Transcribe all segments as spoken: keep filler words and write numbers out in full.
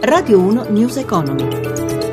Radio uno News Economy.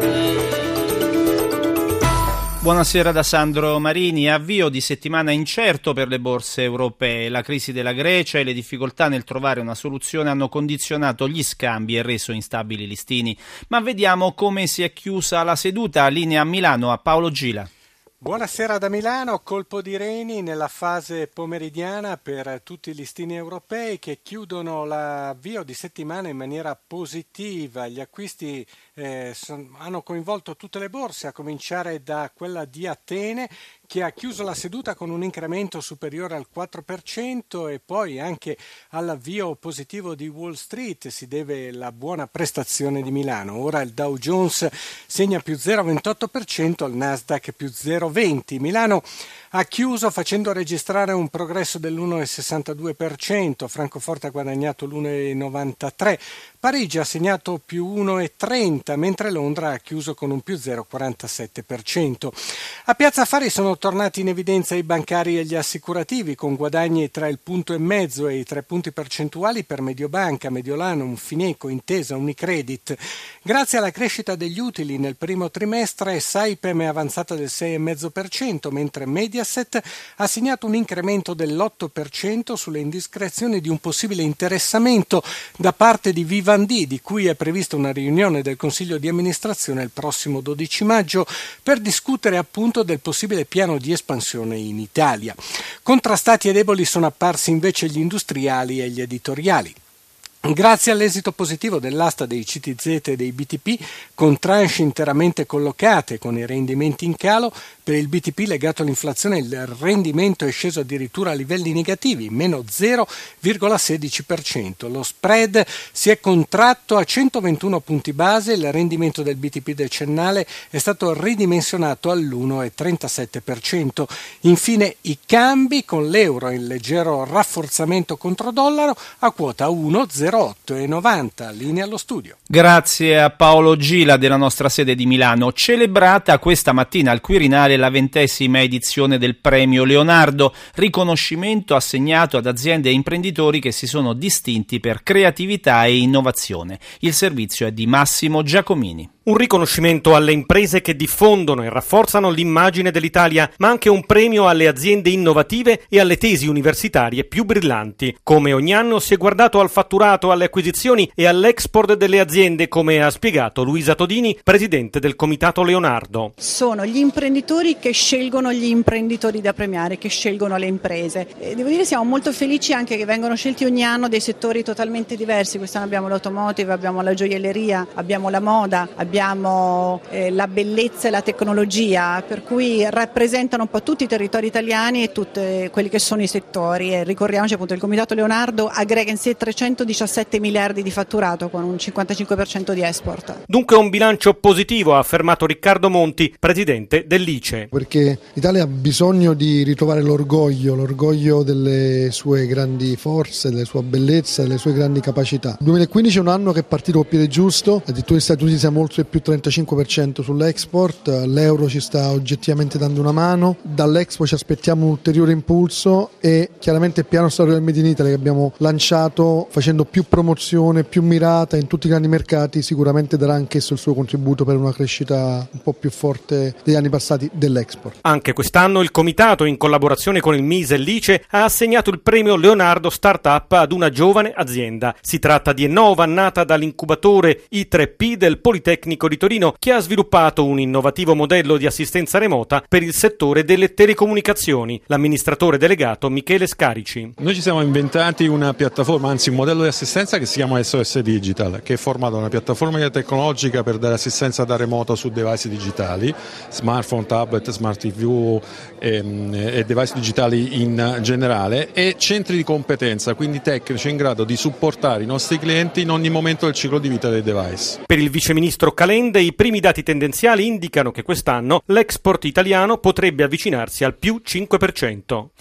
Buonasera da Sandro Marini. Avvio di settimana incerto per le borse europee. La crisi della Grecia e le difficoltà nel trovare una soluzione hanno condizionato gli scambi e reso instabili i listini. Ma vediamo come si è chiusa la seduta. Linea a Milano a Paolo Gila. Buonasera da Milano, colpo di reni nella fase pomeridiana per tutti i listini europei che chiudono l'avvio di settimana in maniera positiva. Gli acquisti eh, son, hanno coinvolto tutte le borse, a cominciare da quella di Atene, che ha chiuso la seduta con un incremento superiore al quattro per cento, e poi anche all'avvio positivo di Wall Street si deve la buona prestazione di Milano. Ora il Dow Jones segna più zero virgola ventotto per cento, il Nasdaq più zero virgola venti. Milano ha chiuso facendo registrare un progresso dell'uno virgola sessantadue per cento, Francoforte ha guadagnato l'uno virgola novantatré per cento, Parigi ha segnato più uno virgola trenta, mentre Londra ha chiuso con un più zero virgola quarantasette per cento. A Piazza Affari sono tornati in evidenza i bancari e gli assicurativi, con guadagni tra il punto e mezzo e i tre punti percentuali per Mediobanca, Mediolanum, Fineco, Intesa, Unicredit. Grazie alla crescita degli utili nel primo trimestre, Saipem è avanzata del sei virgola cinque per cento, mentre Mediaset ha segnato un incremento dell'otto per cento sulle indiscrezioni di un possibile interessamento da parte di Vivendi, di cui è prevista una riunione del Consiglio di amministrazione il prossimo dodici maggio per discutere appunto del possibile piano di espansione in Italia. Contrastati e deboli sono apparsi invece gli industriali e gli editoriali. Grazie all'esito positivo dell'asta dei C T Z e dei B T P, con tranche interamente collocate con i rendimenti in calo, per il B T P legato all'inflazione il rendimento è sceso addirittura a livelli negativi, meno zero virgola sedici per cento. Lo spread si è contratto a centoventuno punti base, il rendimento del B T P decennale è stato ridimensionato all'uno virgola trentasette per cento. Infine i cambi, con l'euro in leggero rafforzamento contro dollaro, a quota uno virgola zero otto e novanta. Linea allo studio. Grazie a Paolo Gila della nostra sede di Milano. Celebrata questa mattina al Quirinale la ventesima edizione del Premio Leonardo, riconoscimento assegnato ad aziende e imprenditori che si sono distinti per creatività e innovazione. Il servizio è di Massimo Giacomini. Un riconoscimento alle imprese che diffondono e rafforzano l'immagine dell'Italia, ma anche un premio alle aziende innovative e alle tesi universitarie più brillanti. Come ogni anno si è guardato al fatturato, alle acquisizioni e all'export delle aziende, come ha spiegato Luisa Todini, presidente del Comitato Leonardo. Sono gli imprenditori che scelgono gli imprenditori da premiare, che scelgono le imprese. E devo dire siamo molto felici anche che vengono scelti ogni anno dei settori totalmente diversi. Quest'anno abbiamo l'automotive, abbiamo la gioielleria, abbiamo la moda, abbiamo Abbiamo eh, la bellezza e la tecnologia, per cui rappresentano un po' tutti i territori italiani e tutti quelli che sono i settori. E ricordiamoci appunto il Comitato Leonardo aggrega in sé trecentodiciassette miliardi di fatturato con un cinquantacinque per cento di export. Dunque un bilancio positivo, ha affermato Riccardo Monti, presidente dell'I C E. Perché l'Italia ha bisogno di ritrovare l'orgoglio, l'orgoglio delle sue grandi forze, della sua bellezza, delle sue grandi capacità. Il duemilaquindici è un anno che è partito col piede giusto, addirittura negli Stati Uniti siamo oltre più trentacinque per cento sull'export, l'euro ci sta oggettivamente dando una mano, dall'Expo ci aspettiamo un ulteriore impulso e chiaramente il piano storico del Made in Italy che abbiamo lanciato facendo più promozione, più mirata in tutti i grandi mercati sicuramente darà anch'esso il suo contributo per una crescita un po' più forte degli anni passati dell'export. Anche quest'anno il Comitato, in collaborazione con il M I S e l'I C E, ha assegnato il premio Leonardo Startup ad una giovane azienda. Si tratta di Ennova, nata dall'incubatore I tre P del Politecnico di Torino, che ha sviluppato un innovativo modello di assistenza remota per il settore delle telecomunicazioni. L'amministratore delegato Michele Scarici. Noi ci siamo inventati una piattaforma, anzi un modello di assistenza che si chiama S O S Digital, che è formato da una piattaforma tecnologica per dare assistenza da remoto su device digitali, smartphone, tablet, smart T V e, e device digitali in generale, e centri di competenza, quindi tecnici in grado di supportare i nostri clienti in ogni momento del ciclo di vita dei device. Per il viceministro Calende, i primi dati tendenziali indicano che quest'anno l'export italiano potrebbe avvicinarsi al più cinque per cento.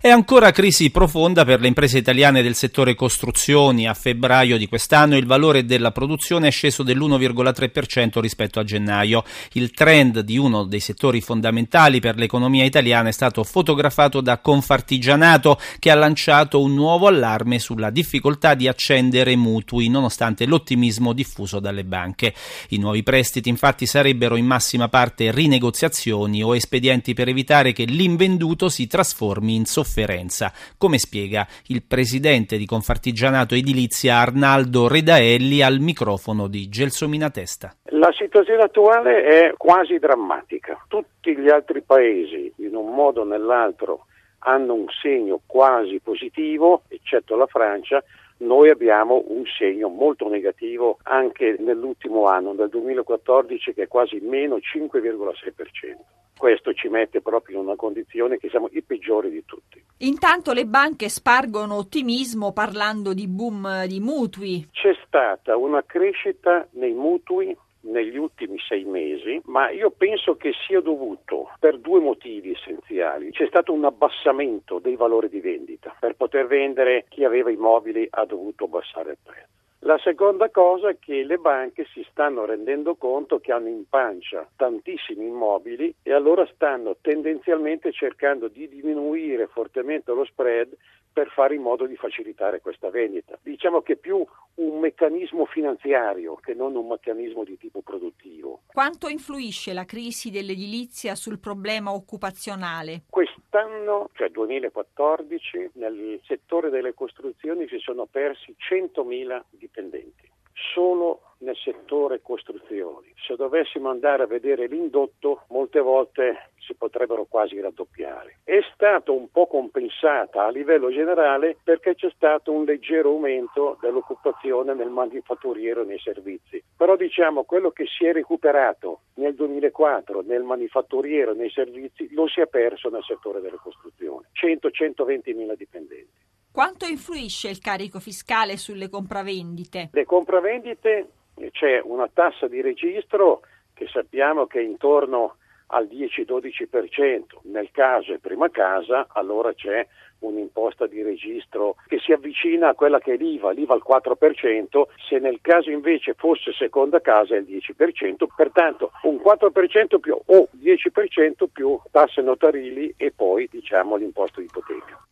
È ancora crisi profonda per le imprese italiane del settore costruzioni. A febbraio di quest'anno il valore della produzione è sceso dell'uno virgola tre per cento rispetto a gennaio. Il trend di uno dei settori fondamentali per l'economia italiana è stato fotografato da Confartigianato, che ha lanciato un nuovo allarme sulla difficoltà di accendere mutui, nonostante l'ottimismo diffuso dalle banche. I nuovi prestiti infatti sarebbero in massima parte rinegoziazioni o espedienti per evitare che l'invenduto si trasformi in sofferenza. Come spiega il presidente di Confartigianato Edilizia Arnaldo Redaelli al microfono di Gelsomina Testa. La situazione attuale è quasi drammatica. Tutti gli altri paesi, in un modo o nell'altro, hanno un segno quasi positivo, eccetto la Francia. Noi abbiamo un segno molto negativo anche nell'ultimo anno, nel duemilaquattordici, che è quasi meno cinque virgola sei per cento. Questo ci mette proprio in una condizione che siamo i peggiori di tutti. Intanto le banche spargono ottimismo parlando di boom di mutui. C'è stata una crescita nei mutui negli ultimi sei mesi, ma io penso che sia dovuto per due motivi essenziali. C'è stato un abbassamento dei valori di vendita. Per poter vendere, chi aveva immobili ha dovuto abbassare il prezzo. La seconda cosa è che le banche si stanno rendendo conto che hanno in pancia tantissimi immobili e allora stanno tendenzialmente cercando di diminuire fortemente lo spread per fare in modo di facilitare questa vendita. Diciamo che è più un meccanismo finanziario che non un meccanismo di tipo produttivo. Quanto influisce la crisi dell'edilizia sul problema occupazionale? Quest'anno, cioè duemilaquattordici, nel settore delle costruzioni si sono persi centomila dipendenti. Solo nel settore costruzioni. Se dovessimo andare a vedere l'indotto, molte volte si potrebbero quasi raddoppiare. È stato un po' compensata a livello generale perché c'è stato un leggero aumento dell'occupazione nel manifatturiero e nei servizi. Però diciamo quello che si è recuperato nel duemilaquattro nel manifatturiero e nei servizi lo si è perso nel settore delle costruzioni. cento centoventi mila dipendenti. Quanto influisce il carico fiscale sulle compravendite? Le compravendite, c'è una tassa di registro che sappiamo che è intorno al dieci dodici per cento. Nel caso è prima casa, allora c'è un'imposta di registro che si avvicina a quella che è l'I V A, l'I V A al quattro per cento, se nel caso invece fosse seconda casa è il dieci per cento, pertanto un quattro per cento più o dieci per cento più tasse notarili e poi diciamo l'imposta di ipoteca.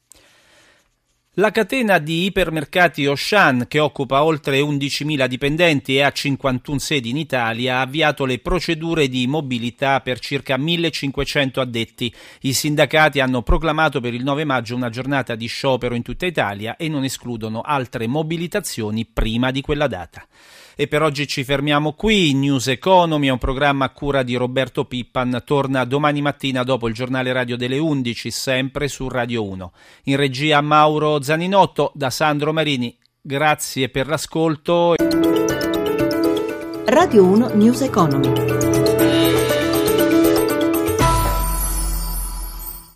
La catena di ipermercati Auchan, che occupa oltre undicimila dipendenti e ha cinquantuno sedi in Italia, ha avviato le procedure di mobilità per circa millecinquecento addetti. I sindacati hanno proclamato per il nove maggio una giornata di sciopero in tutta Italia e non escludono altre mobilitazioni prima di quella data. E per oggi ci fermiamo qui. News Economy è un programma a cura di Roberto Pippan. Torna domani mattina dopo il giornale radio delle undici, sempre su Radio uno. In regia Mauro Zaninotto, da Sandro Marini. Grazie per l'ascolto. Radio uno News Economy.